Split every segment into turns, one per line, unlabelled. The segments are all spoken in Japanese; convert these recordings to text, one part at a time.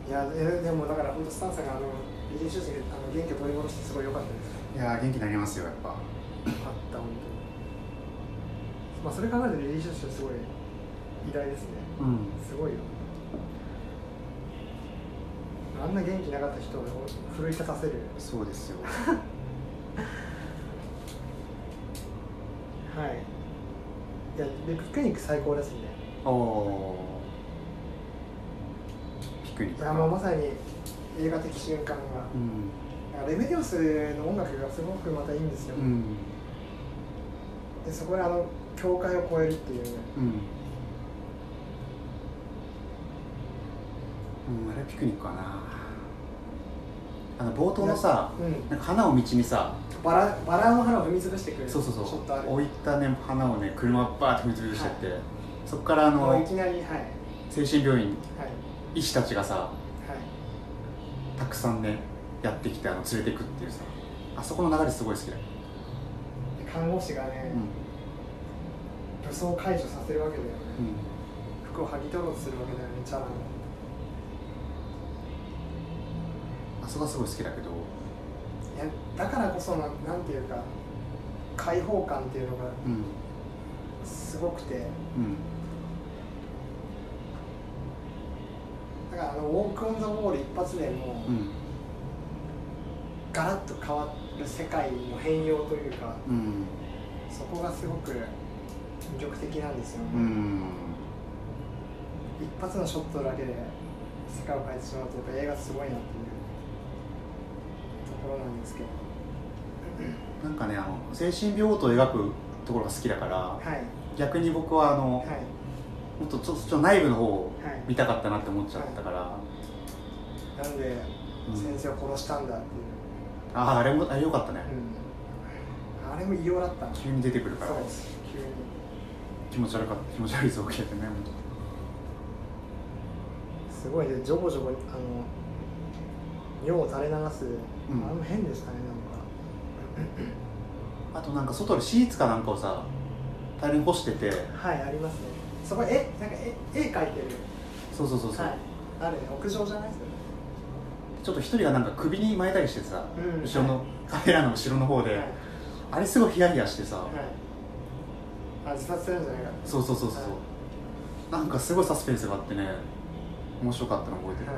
いやでもだから本当スタンさんがリリー・シューズ元気を取り戻してすごい良かったです。
いや元気になりますよやっぱ。
あった本当に。まあそれ考えるとリリー・シューズすごい偉大ですね。すごいよ。あんな元気なかった人を奮い立たせる。
そうですよ。
はい。いやピクニック最高ですね。
ピクニック。
いやもうまさに映画的瞬間が。レメディオスの音楽がすごくまたいいんですよ。でそこで境界を越えるっていうね。
あれピクニックかな。冒頭のさ、なんか花を道にさ、
バラの花を踏み潰してくれる。
そう置いたね花をね車バーッと踏み潰しちゃって、そこから
いきなり
精神病院、医師たちがさ、たくさんねやってきて連れてくっていうさ、あそこの流れすごい好きだよ。
看護師がね、武装解除させるわけだよね。服を剥ぎ取ろうとするわけだよね、チャラの。
あそこがすごい好きだけど、い
やだからこそなんていうか開放感っていうのがすごくて、だからウォークオンザウォール一発でもガラッと変わる世界の変容というか、そこがすごく魅力的なんですよね。一発のショットだけで世界を変えてしまうとやっぱ映画すごいなっていうところなんですけど、
なんかね精神病棟を描くところが好きだから、逆に僕はもっとちょっと内部の方を見たかったなって思っちゃったから、
なんで先生を殺したんだっていう、
あれ良かったね。
あれも異様だった。
急に出てくるから、
そうです、急に
気持ち悪い造形でね、
すごいね、ジョボジョボ尿を垂れ流す、あれも変でしたね、
あとなんか外でシーツかなんかをさ大量に干してて、
ありますね。そこなんか絵描いてる。そう、あれ屋上じゃないですか。
ちょっと一人がなんか首に巻いたりしてさ、後ろのカメラの後ろの方で、あれすごいヒヤヒヤしてさ、
自殺するんじゃないか。
そう、なんかすごいサスペンスがあってね、面白かったの覚えて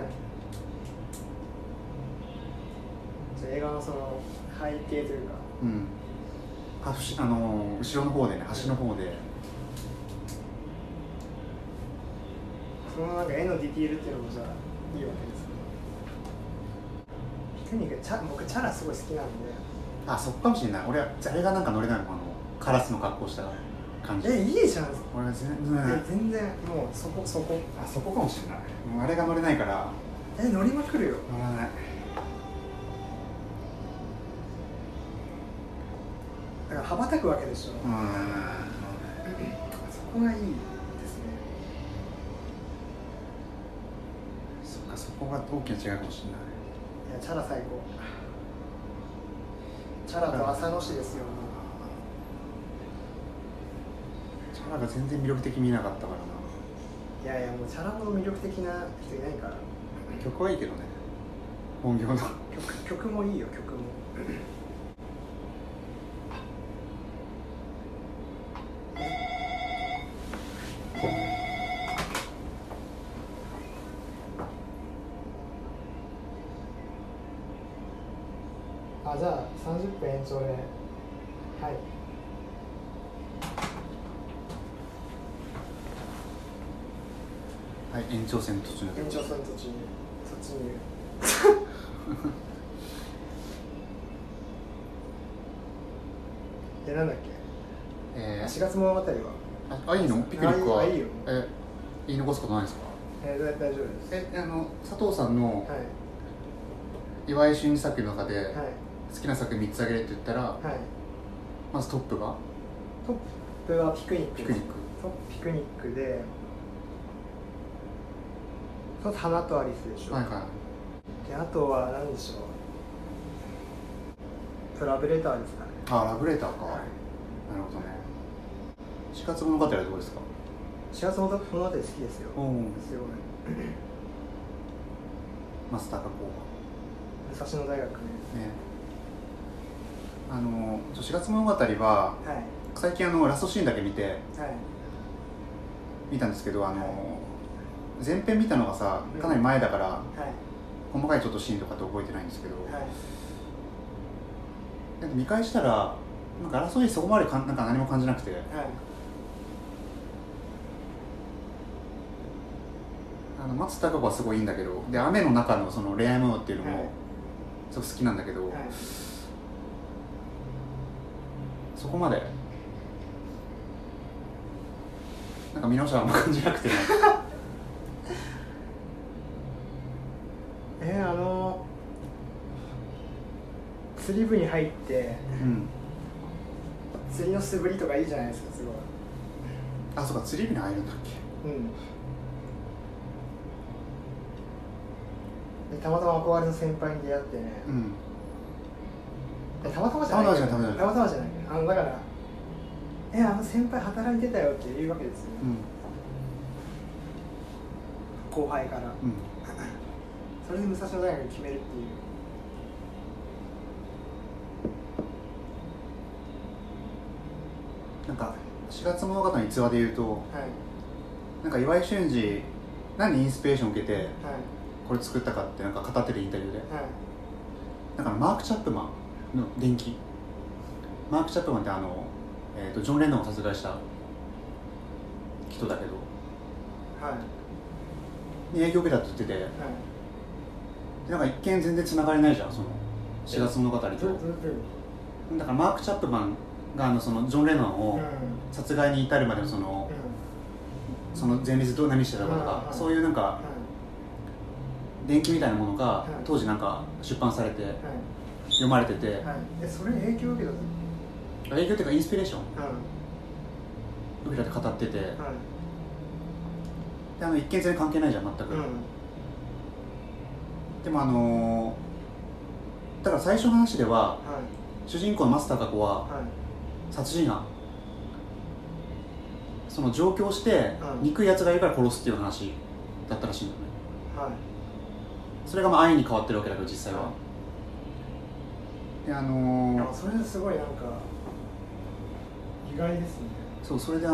る。
じゃあ映画のその背景というか、
後ろの方でね、端の方で、
そのなんか絵のディティールっていうのもじゃあいいわけですね。ピクニック僕チャラすごい好きなんで。
そこかもしれない。俺はあれがなんか乗れないの、カラスの格好した感じ。
いいじゃん。
俺は
全然もうそこ
そこかもしれない。あれが乗れないから。
乗りまくるよ。
乗らない。
だから羽ばたくわけでしょ。そこがいいですね。
そこが大きな違いかもしれない。
いやチャラ最高。チャラと浅野氏ですよ。
チャラが全然魅力的見えなかったから
な。いやもうチャラほど魅力的な人いないから。
曲はいいけどね、本業の
曲もいいよ、曲も。じゃあ30分延長で、
延長戦途中
突入なんだっけ、4月物語はい
いの？ピクニックはい
いよ。
言い残すことないですか？
大丈夫です。
佐藤さんの岩井俊二作品の中で好きな作品3つあげるって言ったら、まずトップは
ピクニックで、花とアリスでしょ。であとは何でしょう、ラブレターですかね。
ラブレターか、なるほどね。4月物語はどうですか
？4月物語好きですよ。すごい。
マスターがこ
う武蔵野大学ね。
4月物語は、はい、最近ラストシーンだけ見て、はい、見たんですけど、前編見たのがさかなり前だから、はい、細かいちょっとシーンとかって覚えてないんですけど、はい、見返したらなんか争いそこまでなんか何も感じなくて、はい、松たか子はすごいいいんだけど、で雨の中のその恋愛模様っていうのもすごく好きなんだけど、はい、そこまでなんか見直したらあんま感じなくて
釣り部に入って、うん、釣りの素振りとかいいじゃないですか、すごい。
あ、そうか、釣り部に入るんだっけ。うん。
でたまたま憧れの先輩に出会ってね、うん、たまたまじゃない、だから先輩働いてたよって言うわけですよ、うん、後輩から、うん、それで武蔵野大学に決めるっていう。
なんか4月物語の逸話で言うと、はい、なんか岩井俊二何にインスピレーションを受けて、はい、これ作ったかってなんか語ってるインタビューで、はい、なんかマーク・チャップマンの伝記、マーク・チャップマンってジョン・レノンを殺害した人だけど、はい、に影響を受けたって言ってて、はい、でなんか一見全然つながりないじゃん、その4月物語と。だからマーク・チャップマンがそのジョン・レノンを殺害に至るまでのその前日どう何してたかとか、そういうなんか伝記みたいなものが当時なんか出版されて読まれてて、
それに影響を受けた。
影響っていうかインスピレーション受けたって語ってて、で一見全然関係ないじゃん全く、でもだから最初の話では、主人公の松たか子は、殺人犯、その上京して憎いやつがいるから殺すっていう話だったらしいんだよね、はい、それがまあ愛に変わってるわけだけど実際は、で
それすごいなんか意外ですね。
そう、それでそ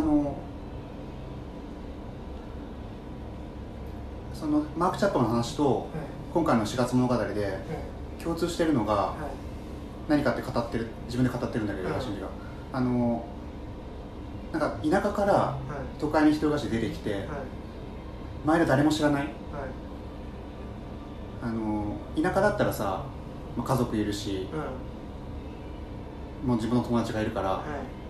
のマーク・チャップマンの話と、はい、今回の4月物語で共通してるのが、はい、何かって自分で語ってるんだけど、新次がなんか田舎から都会に一人暮らしで出てきて、はい、周りは誰も知らない、はい、田舎だったらさ、まあ、家族いるし、もう自分の友達がいるから、はい、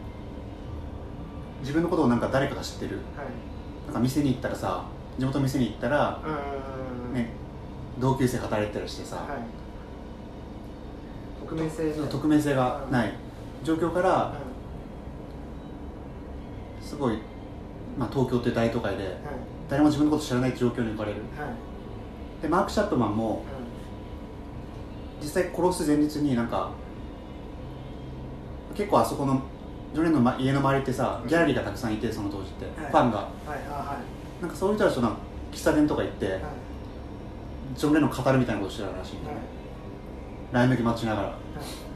自分のことをなんか誰かが知ってる、はい、なんか店に行ったらさ、地元の店に行ったら、ね、同級生働いてたりしてさ、はい、匿名性がない状況から、すごい、まあ、東京って大都会で、誰も自分のこと知らない状況に置かれる、でマーク・チャップマンも、実際殺す前日になんか結構あそこのジョン・レノンの家の周りってさ、ギャラリーがたくさんいて、その当時って、ファンが、なんかそういう人たちと喫茶店とか行って、ジョン・レノン語るみたいなことしてたらしいんだよね、ライ麦待ちながら、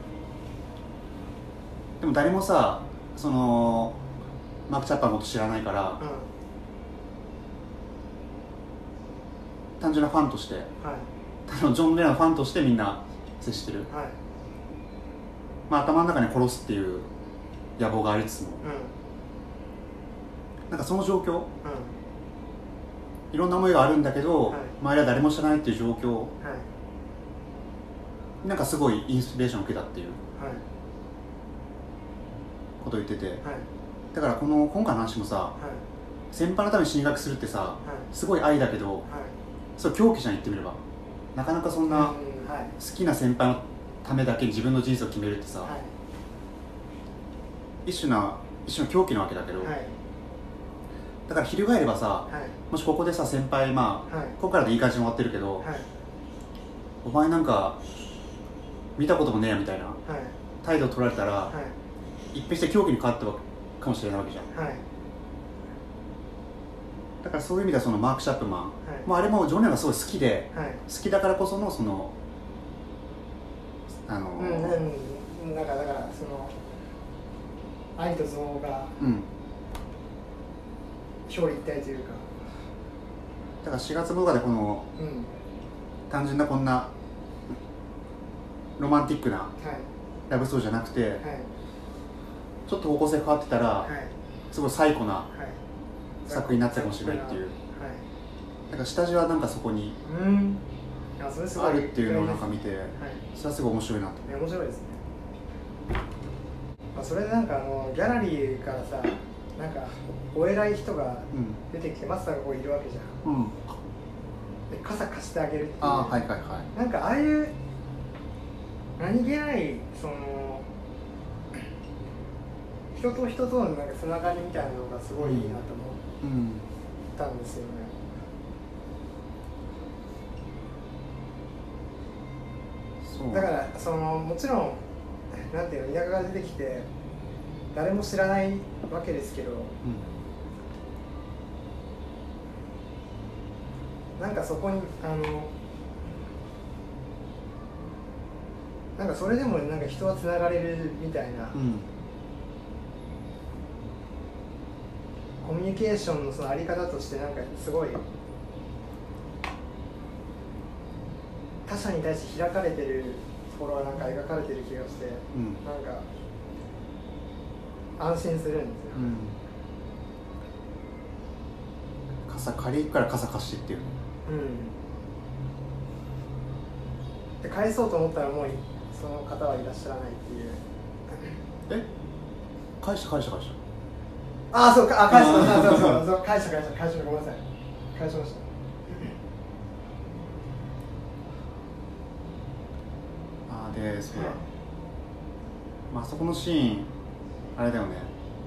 でも誰もさ、そのマーク・チャップマンのこと知らないから、単純なファンとして、ジョン・レノンのファンとしてみんな接してる、まあ、頭の中に殺すっていう野望がありつつも、なんかその状況、いろんな思いがあるんだけど、周りは誰も知らないっていう状況、なんかすごいインスピレーションを受けたっていうことを言ってて、だから今回の話もさ、先輩のために進学するってさ、すごい愛だけど、そう狂気じゃん、言ってみれば。なかなかそんな好きな先輩のためだけに自分の人生を決めるってさ、一種の狂気なわけだけど、だから翻ればさ、もしここでさ、先輩、まあここからでいい感じに終わってるけど、お前なんか見たこともねえやみたいな態度を取られたら、一変して狂気に変わったかもしれないわけじゃん、 だからそういう意味ではそのマーク・チャップマン、もうあれもジョン・レノンがすごい好きで、好きだからこそのその
だからその愛と憎悪が表裏一体というか、
だから4月動画でこの、単純なこんなロマンティックなラブストーリーじゃなくて、ちょっと方向性変わってたら、すごい最高な作品になってたかもしれないっていう、だから下地はなんかそこにあるっていうのをなんか見て、それはすごい面白いなと。
面白いですね。それでなんかギャラリーからさ、なんかお偉い人が出てきて、マスターがこういるわけじゃん、で傘貸してあげるっていう、なんかああいう何気ないその人と人とのなんかつながりみたいなのがすごいいいなと思ったんですよね。だからそのもちろんなんていうの、田舎が出てきて誰も知らないわけですけど、なんかそこになんかそれでもなんか人はつながれるみたいな、コミュニケーションのそのあり方としてなんかすごい他者に対して開かれてるところはなんか描かれてる気がして、なんか安心するんですよ、
傘借りるから傘貸しっていうの、
で返そうと思ったらもうその方はいらっしゃらないっていう。
返した
ああ、そうか、返したそう返したごめんなさい、返しました。
で、そうだ、まあそこのシーンあれだよね、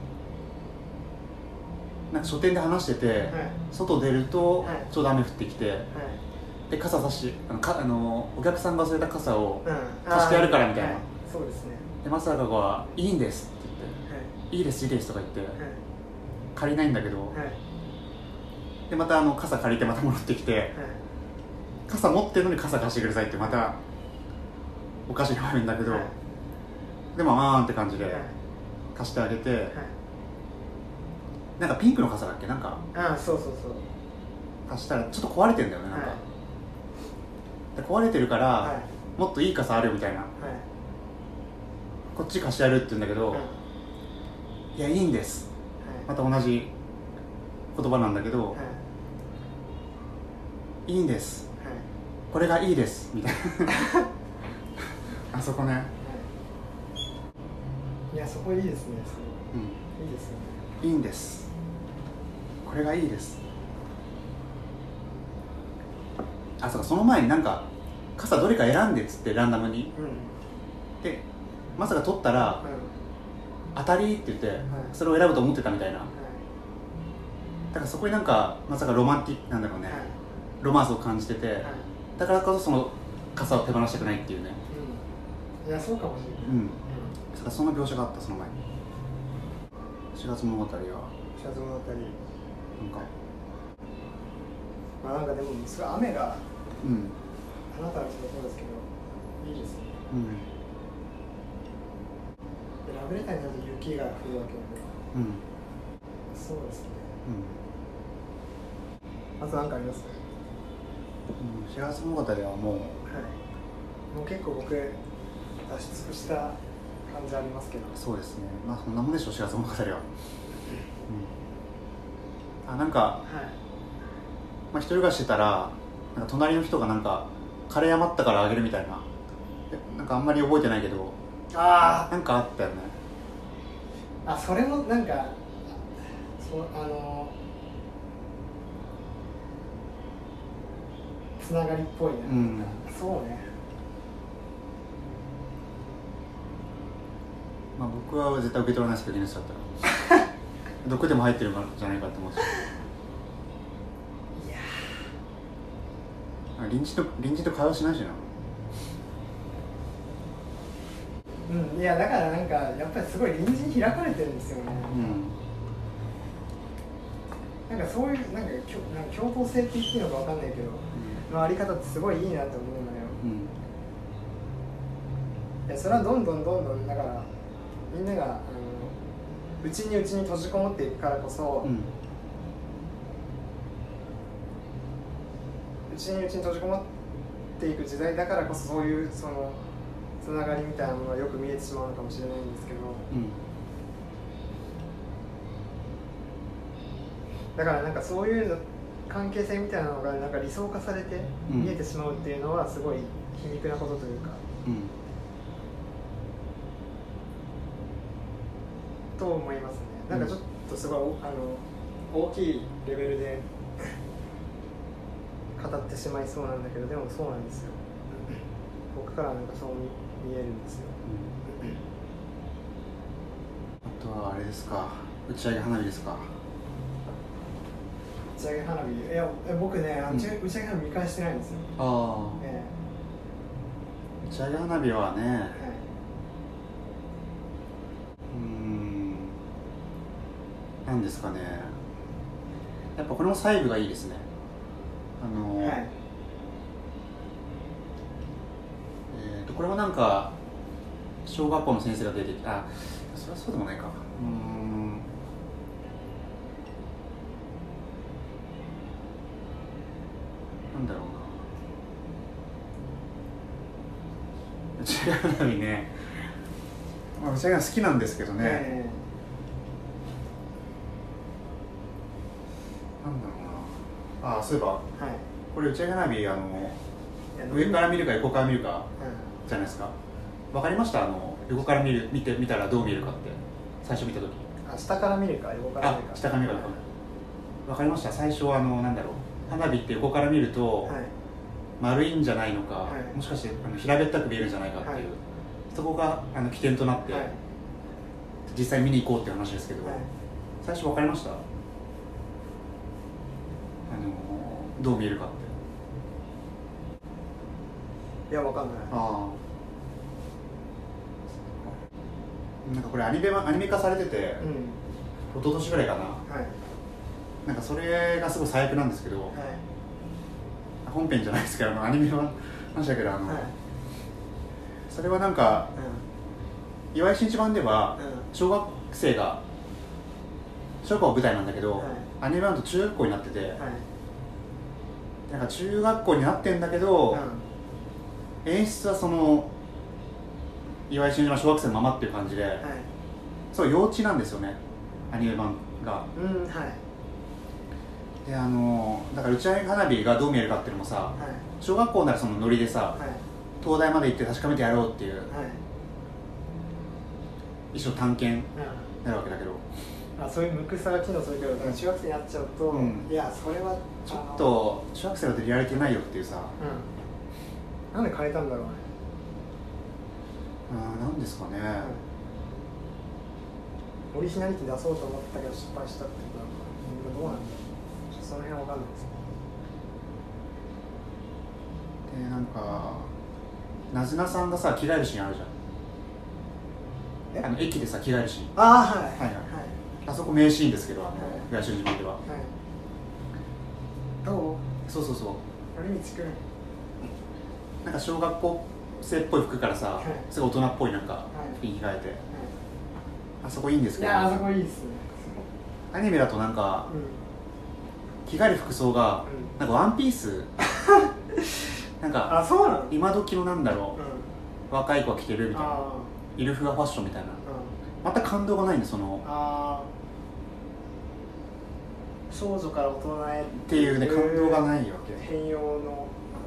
なんか書店で話してて、外出るとちょうど雨降ってきて、で傘差しお客さんが忘れた傘を貸してやるからみたいな、
そうですね。
でまさかがいいんですって言って、いいですとか言って借りないんだけど、でまた傘借りてまた戻ってきて、傘持ってるのに傘貸してくださいってまたおかしな場面だけど、でもって感じで貸してあげて、なんかピンクの傘だっけ、なんか
そう
貸したらちょっと壊れてんだよね、なんか、で壊れてるから、もっといい傘あるみたいな、こっち貸してやるって言うんだけど、いやいいんです、また同じ言葉なんだけど、いいんです、これがいいですみたいなあそこね、
いやそこいいですね、いいですよね。
いいんです、これがいいです。そうか、その前になんか傘どれか選んでっつってランダムに、でまさか取ったら、当たりって言って、それを選ぶと思ってたみたいな、だからそこになんかまさかロマンティックなんだろうね、ロマンスを感じてて、だからこそその傘を手放したくないっていうね、
いやそうかもしれない、
そんな描写があった。その前に4月物語はなんか
なんかでもすごい雨が、あなたのそうですけどいいですね、でラブレターになると雪が降るわけなんで、そうですね、あと何かあります
4月物語はも
う結構僕出し尽くした感じありますけど。
そうですね、まあそんなもんでしょう、4月物語は。なんか、まあ、一人暮らししてたらなんか隣の人がなんかカレー余ったからあげるみたいな、なんかあんまり覚えてないけど、なんかあったよね。
それもなんかつながりっぽいな、そうね。
まあ僕は絶対受け取らないですけど、犬だったら毒でも入ってるんじゃないかと思うし、隣人と会話しないしな。
いやだからなんかやっぱりすごい隣人開かれてるんですよね、 なんかそういうなんか共闘性って言っていいのか分かんないけど、のあり方ってすごいいいなと思うのよ、いやそれはどんどんだからみんながうちに閉じこもっていくからこそ、うちに閉じこもっていく時代だからこそ、そういうそのつながりみたいなものがよく見えてしまうのかもしれないんですけど、だからなんかそういうの関係性みたいなのがなんか理想化されて見えてしまうっていうのはすごい皮肉なことというか、と思いますね。なんかちょっとすごい大きいレベルで語ってしまいそうなんだけど、でもそうなんですよ。僕からなんかそう見えるんですよ。
あとはあれですか、打ち上げ花火ですか。
打ち上げ花火、いや僕ね、打ち上げ花火見返してないんですよ。
打ち上げ花火はね、なんですかね、やっぱこれも細部がいいですね。これもなんか小学校の先生が出てきて、それはそうでもないか、なんだろうな、打ち上げ花火ね、打ち上げ花火好きなんですけどね、なんだろうな、そういえば、これ打ち上げ花火上から見るか横から見るかじゃないですか。わかりました？横から見たらどう見えるかって最初見たとき。
下から見るか横から見るか。
下から見るか。わかりました。最初なんだろう、花火って横から見ると丸いんじゃないのか、もしかして平べったく見えるんじゃないかっていう、そこが起点となって実際見に行こうっていう話ですけど、最初わかりました？どう見えるかって。
いや、わかんない。
なんかこれアニメ化されてて、一昨年ぐらいかな、なんかそれがすごい最悪なんですけど、本編じゃないですけど、アニメは話だけど、それはなんか、岩井俊一版では小学生が小学校が舞台なんだけど、アニメ版と中学校になってて、なんか中学校になってんだけど、演出はその岩井俊一の小学生のままっていう感じで、そう幼稚なんですよね、アニメ版が。でだから打ち上げ花火がどう見えるかっていうのもさ、小学校ならそのノリでさ、東大まで行って確かめてやろうっていう、一種の探検になるわけだけど、
そういう無垢さが機能するけど、中学生になっちゃうと、いやそれは
ちょっと中学生だとリアリティないよっていうさ、
なんで変えたんだろうね。
なんですかね、
オリジナリティ出そうと思ったけど失敗したってことなのかな。どうなんだろう、その辺わかんないです
で、なんかなずなさんがさ着替えるシーンあるじゃん。駅でさ着替えるシーン。あそこ名シーンですけど、岩井俊一版では。
どう？
そうそうそう。
有光君。
なんか小学校生っぽい服からさ、すごい大人っぽいなんか服に着替えて、あそこいいんですけど。
いや、あそこいいですね。
アニメだとなんか、着替える服装がなんかワンピースなんか今時のなんだろう、若い子が着てるみたいな、イルフがファッションみたいな、また感動がないんで、その
少女から大人へ
っていうね、感動がないわけ。
変容の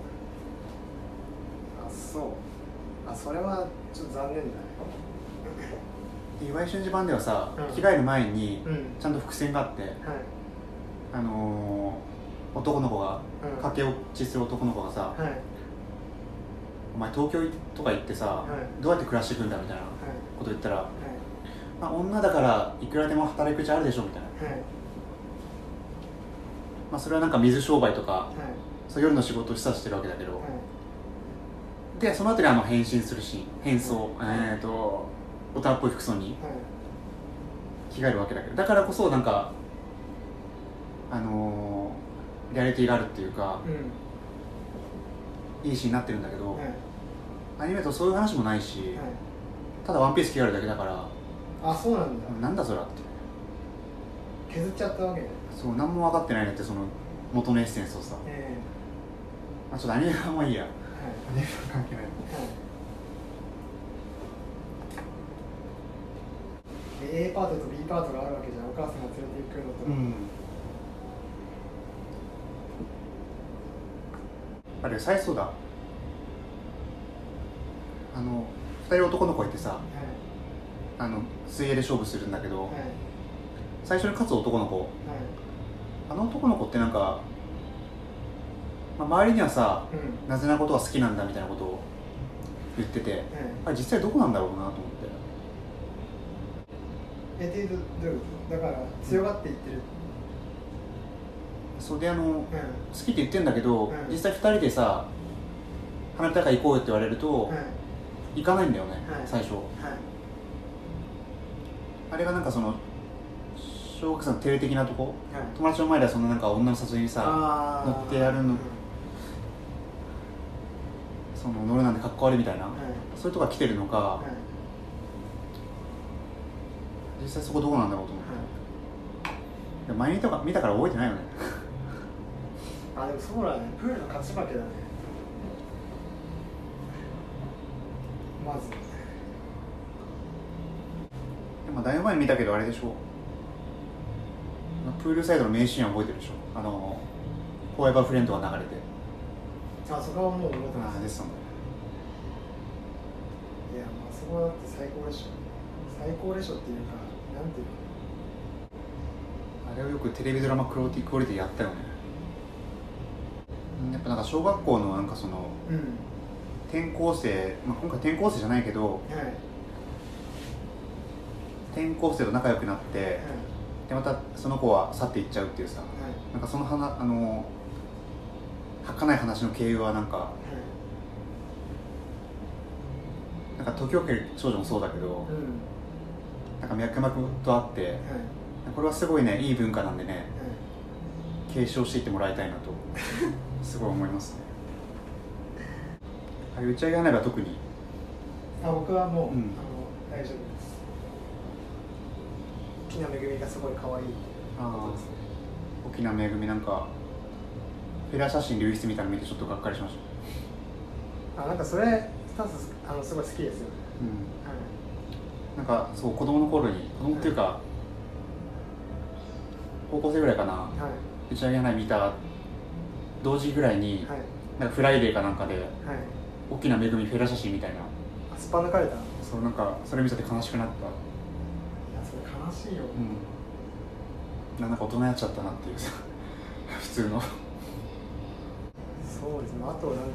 それはちょっと残念だね。
岩井俊二版ではさ、着替える前にちゃんと伏線があって、男の子が、駆け落ちする男の子がさ、お前東京とか行ってさ、どうやって暮らしていくんだみたいなこと言ったら、女だからいくらでも働く口あるでしょみたいな、それはなんか水商売とか、そう夜の仕事を示唆してるわけだけど、でその後に変身するシーン、変装、大人っぽい服装に着替えるわけだけど、だからこそなんかリアリティがあるっていうか、いいシーンになってるんだけど、アニメだとそういう話もないし、ただワンピース着替えるだけだから。
あ、そうなんだ。
なんだそれって
削っちゃったわけね。
そう、何も分かってないねって、その元のエッセンスをさ、ちょっとアニメはもういいや、アニメは関係ない、
A パートと B パートがあるわけじゃん、お母さんが連れて行くのと、
あれ最初だ、2人男の子いてさ、水泳で勝負するんだけど、最初に勝つ男の子、あの男の子ってなんか、周りにはさ、なぜなことが好きなんだみたいなことを言ってて、あれ実際どこなんだろうなと思って。
どういうことだから強がっていってる。
そうで好きって言ってんだけど、実際2人でさ花火大会行こうよって言われると、行かないんだよね、最初、あれがなんかその小学生の照れ的なとこ、友達の前ではそのなんか女の誘いにさ乗ってやるの、その乗るなんてかっこ悪いみたいな、そういうとこが来てるのか、実際そこどこなんだろうと思って、前にとか見たから覚えてないよね
あ、でもそうだね、プールの勝ち負けだね、まず。
でもだいぶ前に見たけどあれでしょ、プールサイドの名シーンは覚えてるでしょ、フォーエバーフレンドが流れて。
あ、そこはもう覚えてます。
ですもんね。
いや、まあそこだって最高でしょ、最高でしょっていうか、なんていう
の、あれをよくテレビドラマクオリティやったよね。やっぱなんか小学校のなんかその、転校生、今回転校生じゃないけど、転校生と仲良くなって、でまたその子は去っていっちゃうっていうさ、なんかその儚い話の経由はなんか、なんか時をかける少女もそうだけど、なんか脈々とあって、これはすごいね、いい文化なんでね、継承していってもらいたいなとすごい思いますね。打ち上げ花火は特に。
僕はもう、大丈夫です。沖縄めぐみがすごい可愛いってことですね。
沖縄めぐみなんかフェラ写真流出みたいなの見てちょっとがっかりしました。
なんかそれスタンスすごい好きですよね。
なんかそう、子供の頃に、子供っていうか、高校生ぐらいかな、打ち上げ花火見た同時ぐらいに、なんかフライデーかなんかで、沖縄めぐみフェラ写真みたいな、
スパ抜かれた。
そう、なんかそれ見てて悲しくなった。
いや、それ悲しいよ。
なんか大人やっちゃったなっていうさ普通の。
そうですね。あとなんか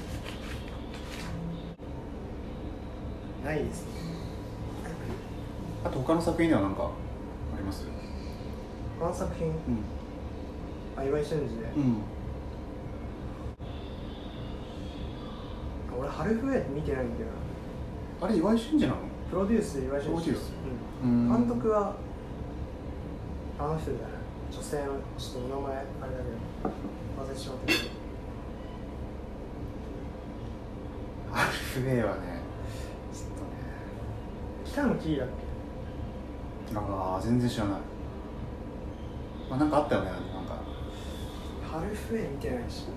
ないですね。
あと他の作品では何かあります？
他の作品、岩井俊二で、俺ハルフウェイ見てないんだよ
な。あれ岩井俊二なの？
プロデュースで岩井俊二。監督はあの人じゃない、女性の、ちょっとお名前あれだけど忘れてしまったけど。
ハルフウェイはね、ちょっとね、
北野キーだっけ？
全然知らない。なんかあったよね、なんか
ハルフウェイ見てないし、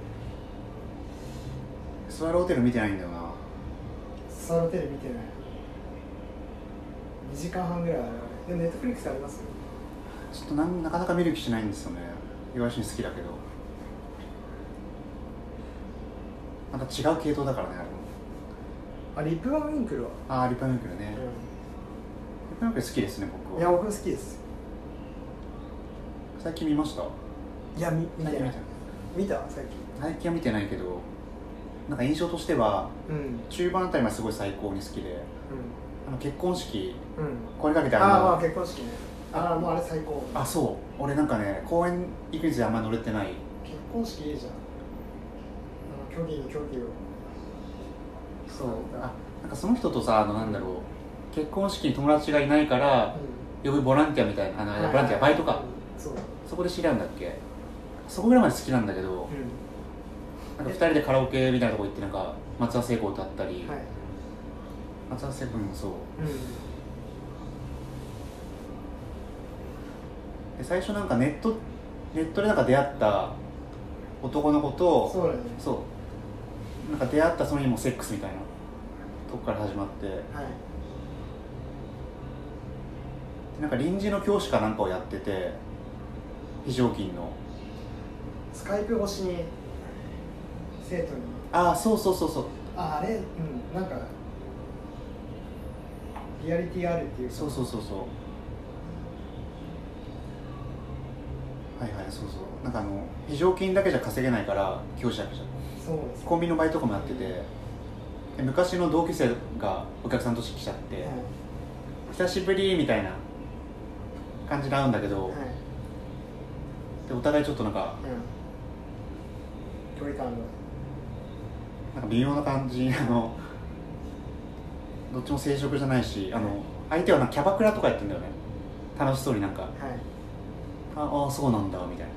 スワローホテル見てないんだよな。
スワローホテル見てない。2時間半ぐらいある。でもネットフリックスありますよ。
ちょっとなかなか見る気しないんですよね。岩井俊二好きだけど、また違う系統だからね、あれも。
リップ・バン・ウィンクルは。
リップ・バン・ウィンクルね。リップ・バン・ウィンクル好きですね、僕は。
いや、僕好きです。
最近見ました？
いや、見てない。見た？
最近は見てないけど、なんか印象としては、中盤あたりがすごい最高に好きで、結婚式、これかけて
結婚式ね。もうあれ最高。
そう、俺なんかね、公園行くについてあんま乗れてない。
結婚式いいじゃん。競技を。
そう、なんかその人とさ、なんだろう、結婚式に友達がいないから、呼ぶボランティアみたいな、ボランティア、バイトか。 そこで知り合うんだっけ。そこぐらいまで好きなんだけど、なんか2人でカラオケみたいなとこ行ってなんか松田聖子歌ったり、松田聖子もそう、で最初なんかネットでなんか出会った男の子と、
そうだね、
そうなんか出会ったその日もセックスみたいなとこから始まって、なんか臨時の教師かなんかをやってて、非常勤の
スカイプ越しに生徒に、
そう
あれ、なんかリアリティあるっていうか、
そうはいはい、そうなんか非常勤だけじゃ稼げないから教師だけじゃ、
そうです、
コンビニのバイトとかもやってて、で昔の同級生がお客さんとして来ちゃって、久しぶりみたいな感じで会うんだけど、でお互いちょっとなんか、
距離感が
なんか微妙な感じ、どっちも正職じゃないし、相手はなんかキャバクラとかやってんだよね、楽しそうになんか、ああそうなんだみたい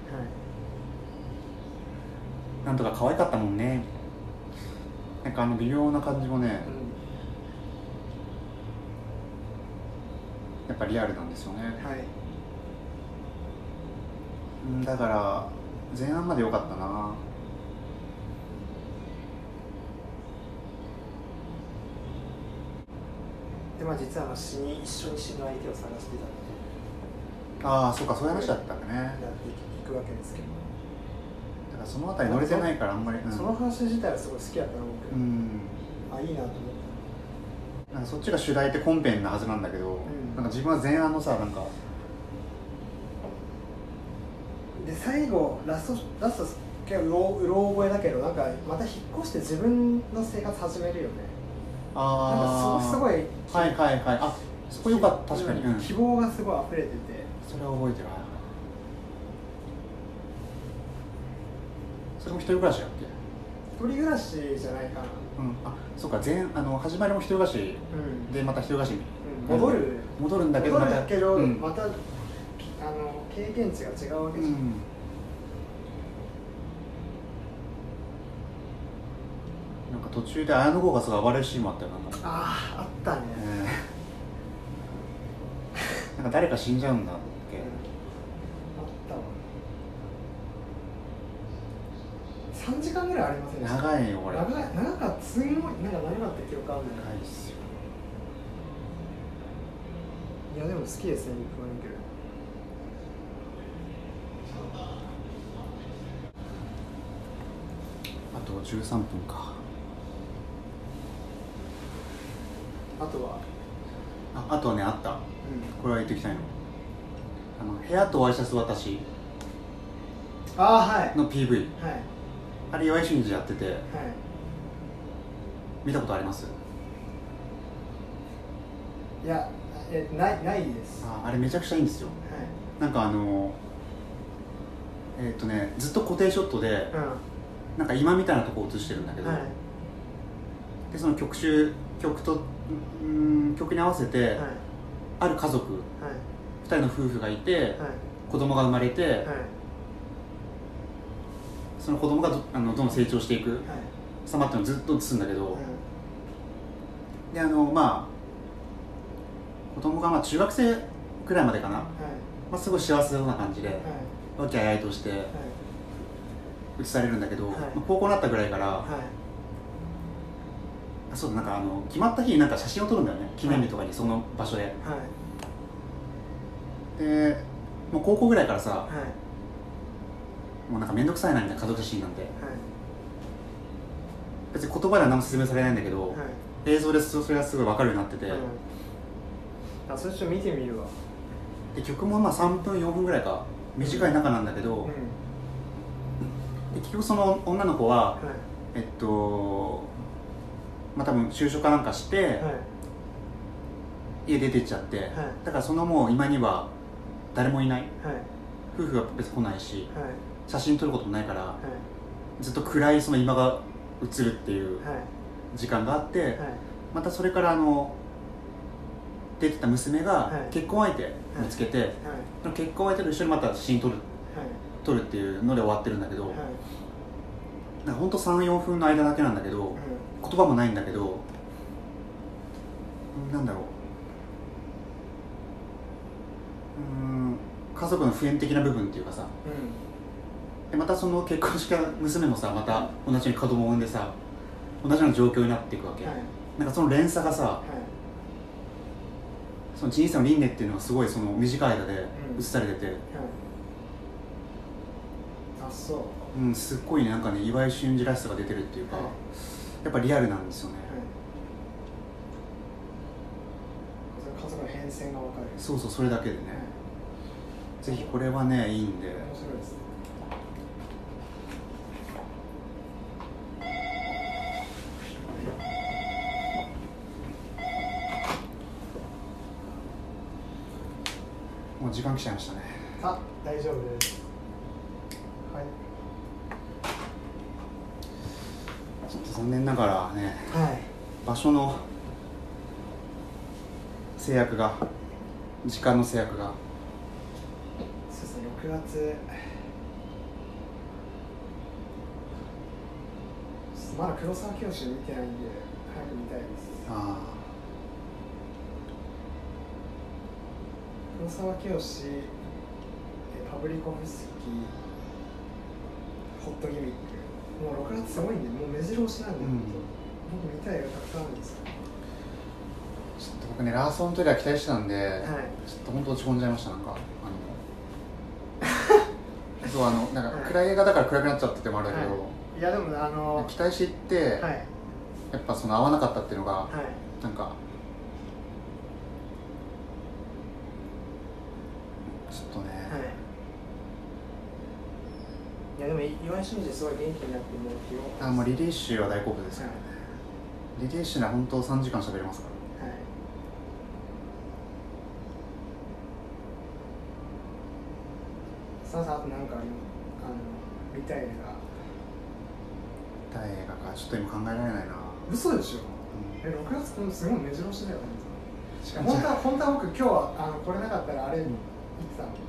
な、なんとか可愛かったもんねみたいな、なんか微妙な感じもね、やっぱリアルなんですよね。だから前半まで良かったな。
で、まあ実は一緒に死ぬ相手を探してたっていう、
そうか、そういう話だったんだね。
やっていくわけですけど、
だからそのあたり乗れてないからあんまり、
その話自体はすごい好きだったの僕、いいなと思った。
なんかそっちが主題って本編なはずなんだけど、なんか自分は前半のさ、なんか
で最後ラスト結構うろ覚えだけど、なんかまた引っ越して自分の生活始めるよね。なんかすごい、
あ、そこよかった、確かに、
希望がすごい溢れてて、
それは覚えてる。それも一人暮らしだっけ。
一人暮らしじゃないかな。
そうか、始まりも一人暮らしで、また一人暮らしに戻るんだけど、
また経験値が違うわけじゃん。
なんか途中で綾野剛がすごい暴れるシーンもあったよ。なんか
あったね、
なんか誰か死んじゃうんだっけ、
あったわ。3時間ぐらいありませんでした？
長いよこれ。
長かった、すごい長かった記憶あるね。
長いっすよ。
いやでも好きですね、日本人。
あと13分か。あとはね、あった、これは言っておきたいの、部屋とワイシャツ私の PV、あれ岩井俊二やってて、見たことあります？
いや、ないです。
あれめちゃくちゃいいんですよ。なんかずっと固定ショットで、なんか今みたいなとこを映してるんだけど、でその曲に合わせて、ある家族、2人の夫婦がいて、子供が生まれて、その子供がどんどん成長していく様っていうのをずっと映すんだけど、で子供が中学生くらいまでかな、すごい幸せそうな感じで、和気あいあいとして映されるんだけど、高校になったぐらいから、そうだ、なんか決まった日になんか写真を撮るんだよね、記念日とかにその場所で、でもう高校ぐらいからさ、もうなんか面倒くさいなみたいな、家族写真なんて、別に言葉では何も説明されないんだけど、映像でそれがすごい分かるようになってて、
それちょっと見てみるわ。
で曲も3分4分ぐらいか短い中なんだけど、で結局その女の子は、多分就職かなんかして、家出てっちゃって、だからそのもう今には誰もいない、夫婦が別に来ないし、写真撮ることもないから、ずっと暗いその今が映るっていう時間があって、またそれから出てた娘が結婚相手見つけて、結婚相手と一緒にまた写真撮る撮るっていうので終わってるんだけど、なんかほんと 3,4 分の間だけなんだけど、言葉もないんだけど、なんだろう、家族の普遍的な部分っていうかさ、でまたその結婚した娘もさ、また同じように子供を産んでさ、同じような状況になっていくわけ、なんかその連鎖がさ、その人生の輪廻っていうのがすごいその短い間で映されてて、
あ、そう、
すっごいね、なんかね、岩井俊二らしさが出てるっていうか、やっぱリアルなんですよね。
家族の変遷が分かる。
そうそう、それだけでね、ぜひこれはね、いいんで。面
白いですね。
もう時間来ちゃいましたね。
あ、大丈夫です。はい。
ちょっと残念ながらね、場所の制約が、時間の制約が。
そうですね、6月。まだ黒沢清見てないんで、早く見たいです。黒沢清、パブリコフスキー、ホットギミック、もう6月すごいんで、もう目白押しなんで、僕見たい映画たくさんあるんですよ。
ちょっと僕ね、ラーソントリア期待してたんで、ちょっと本当落ち込んじゃいました。なんかそう、なんか暗い映画だから暗くなっちゃっててもあるんだけど、
いやでも
期待していって、やっぱその合わなかったっていうのが、なんかちょっとね、
いやでも岩井俊二すごい元気になって
もうリリーシュは大好物ですからね。リリーシュなら本当3時間喋れますから。
さあさあ、あとなんか見たい映画。
見たい映画か、ちょっと今考えられないな。
嘘でしょ。6月このすごい目白押しだよね。しかも本当は僕今日は来れなかったらあれ言ってたの。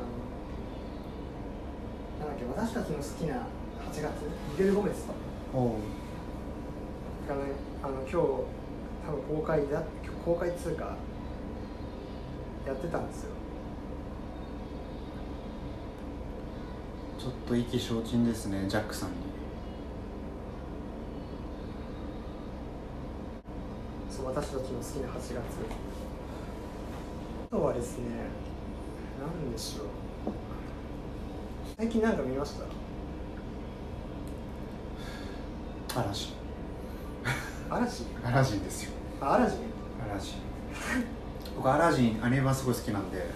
なんだっけ、私たちの好きな8月、ミゲル・ゴメス。がね、今日多分公開通過やってたんですよ。
ちょっと意気消沈ですね、ジャックさんに。
そう、私たちの好きな8月。あとはですね、何でしょう。最近なんか見ました？
アラジン。
アラジン？
アラジンですよ。
アラジン？
アラジン。僕アラジン、アニメはすごい好きなんで、いや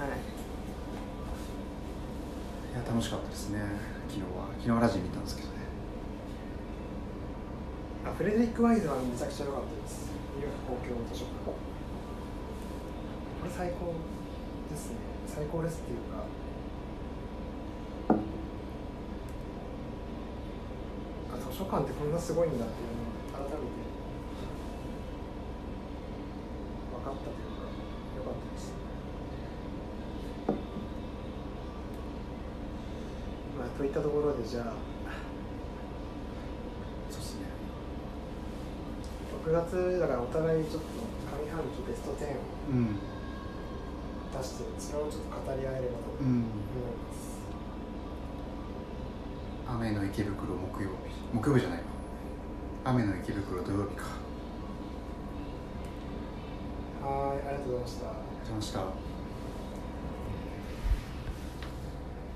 楽しかったですね。昨日アラジン見たんですけどね。
フレデリック・ワイズはめちゃくちゃ良かったです。ニューヨーク公共図書館。これ最高ですね。最高ですっていうか、図書館ってこんなすごいんだっていうのを改めて分かったというか、良かったです。といったところで、じゃあ
そうですね、
6月だからお互いちょっと上半期ベスト10を出して、それをちょっと語り合えればと思います。
雨の池袋木曜日じゃないわ、雨の池袋土曜日か。
はい、ありがとうございました。
ありがとうございました。